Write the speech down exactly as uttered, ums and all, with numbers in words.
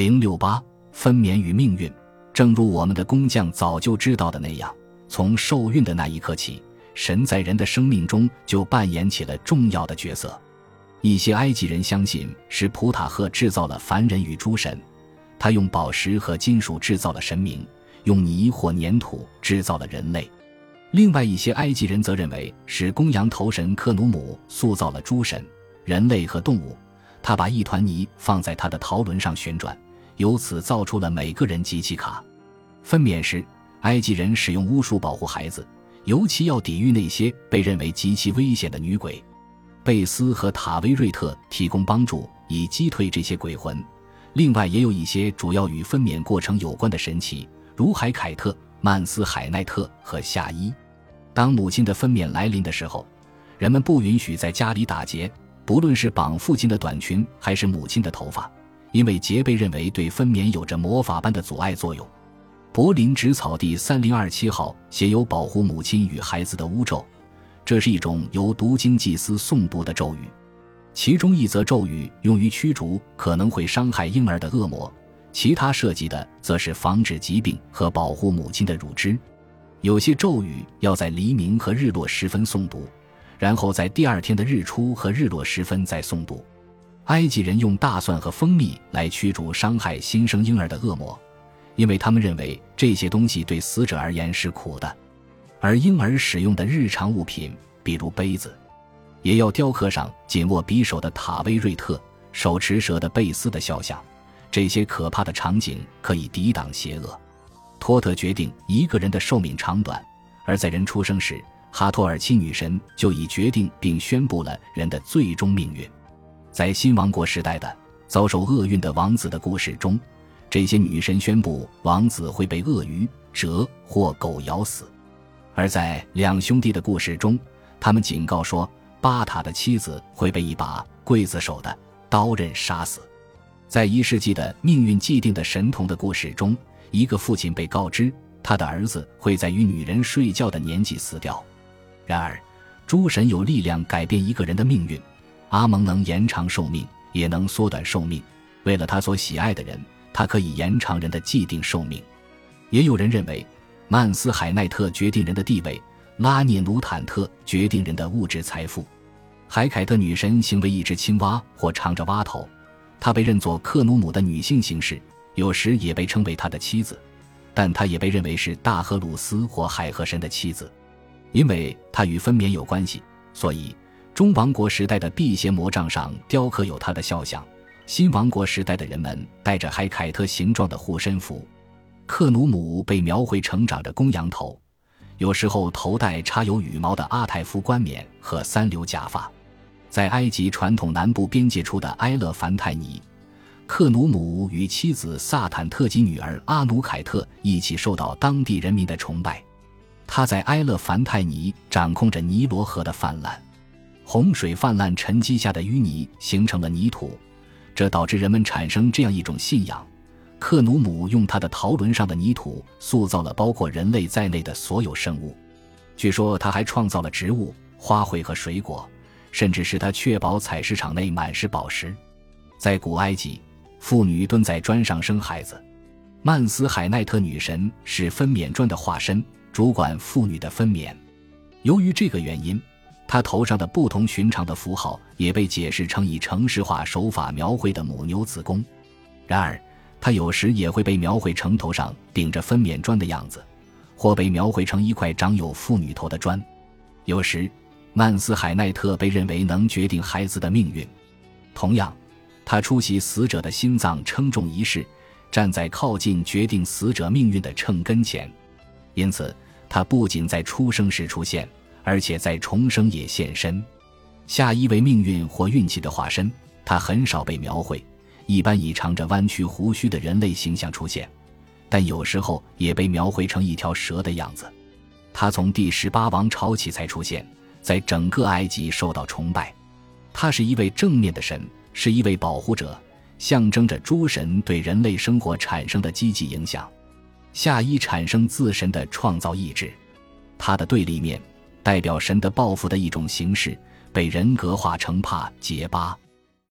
零六八分娩与命运。正如我们的工匠早就知道的那样，从受孕的那一刻起，神在人的生命中就扮演起了重要的角色。一些埃及人相信是普塔赫制造了凡人与诸神，他用宝石和金属制造了神明，用泥或粘土制造了人类。另外一些埃及人则认为是公羊头神克努姆塑造了诸神、人类和动物，他把一团泥放在他的陶轮上旋转，由此造出了每个人及其卡。分娩时，埃及人使用巫术保护孩子，尤其要抵御那些被认为极其危险的女鬼。贝斯和塔威瑞特提供帮助，以击退这些鬼魂。另外也有一些主要与分娩过程有关的神奇，如海凯特、曼斯海奈特和夏伊。当母亲的分娩来临的时候，人们不允许在家里打结，不论是绑父亲的短裙还是母亲的头发，因为结被认为对分娩有着魔法般的阻碍作用。柏林植草地三零二七号写有保护母亲与孩子的巫咒，这是一种由读经祭司诵读的咒语，其中一则咒语用于驱逐可能会伤害婴儿的恶魔，其他涉及的则是防止疾病和保护母亲的乳汁。有些咒语要在黎明和日落时分诵读，然后在第二天的日出和日落时分再诵读。埃及人用大蒜和蜂蜜来驱逐伤害新生婴儿的恶魔，因为他们认为这些东西对死者而言是苦的。而婴儿使用的日常物品，比如杯子，也要雕刻上紧握匕首的塔威瑞特、手持蛇的贝斯的肖像，这些可怕的场景可以抵挡邪恶。托特决定一个人的寿命长短，而在人出生时，哈托尔七女神就已决定并宣布了人的最终命运。在新王国时代的遭受厄运的王子的故事中，这些女神宣布王子会被鳄鱼、蛇或狗咬死。而在两兄弟的故事中，他们警告说巴塔的妻子会被一把刽子手的刀刃杀死。在一世纪的命运既定的神童的故事中，一个父亲被告知他的儿子会在与女人睡觉的年纪死掉。然而诸神有力量改变一个人的命运，阿蒙能延长寿命也能缩短寿命，为了他所喜爱的人，他可以延长人的既定寿命。也有人认为曼斯海奈特决定人的地位，拉涅努坦特决定人的物质财富。海凯特女神行为一只青蛙或长着蛙头，她被认作克努姆的女性形式，有时也被称为他的妻子，但她也被认为是大荷鲁斯或海河神的妻子。因为她与分娩有关系，所以中王国时代的辟邪魔杖上雕刻有她的肖像。新王国时代的人们戴着海凯特形状的护身符。克努姆被描绘成长着公羊头，有时候头戴插有羽毛的阿泰夫冠冕和三流假发。在埃及传统南部边界处的埃勒凡泰尼，克努姆与妻子萨坦特及女儿阿努凯特一起受到当地人民的崇拜。他在埃勒凡泰尼掌控着尼罗河的泛滥，洪水泛滥沉积下的淤泥形成了泥土，这导致人们产生这样一种信仰：克努姆用他的陶轮上的泥土塑造了包括人类在内的所有生物。据说他还创造了植物、花卉和水果，甚至使他确保采石场内满是宝石。在古埃及，妇女蹲在砖上生孩子。曼斯海奈特女神是分娩砖的化身，主管妇女的分娩。由于这个原因，她头上的不同寻常的符号也被解释成以程式化手法描绘的母牛子宫。然而她有时也会被描绘成头上顶着分娩砖的样子，或被描绘成一块长有妇女头的砖。有时曼斯海奈特被认为能决定孩子的命运。同样，他出席死者的心脏称重仪式，站在靠近决定死者命运的秤跟前。因此他不仅在出生时出现，而且在重生也现身。下一位命运或运气的化身，他很少被描绘，一般以长着弯曲胡须的人类形象出现，但有时候也被描绘成一条蛇的样子。他从第十八王朝起才出现，在整个埃及受到崇拜。他是一位正面的神，是一位保护者，象征着诸神对人类生活产生的积极影响。夏伊产生自神的创造意志，他的对立面，代表神的报复的一种形式，被人格化成帕杰巴。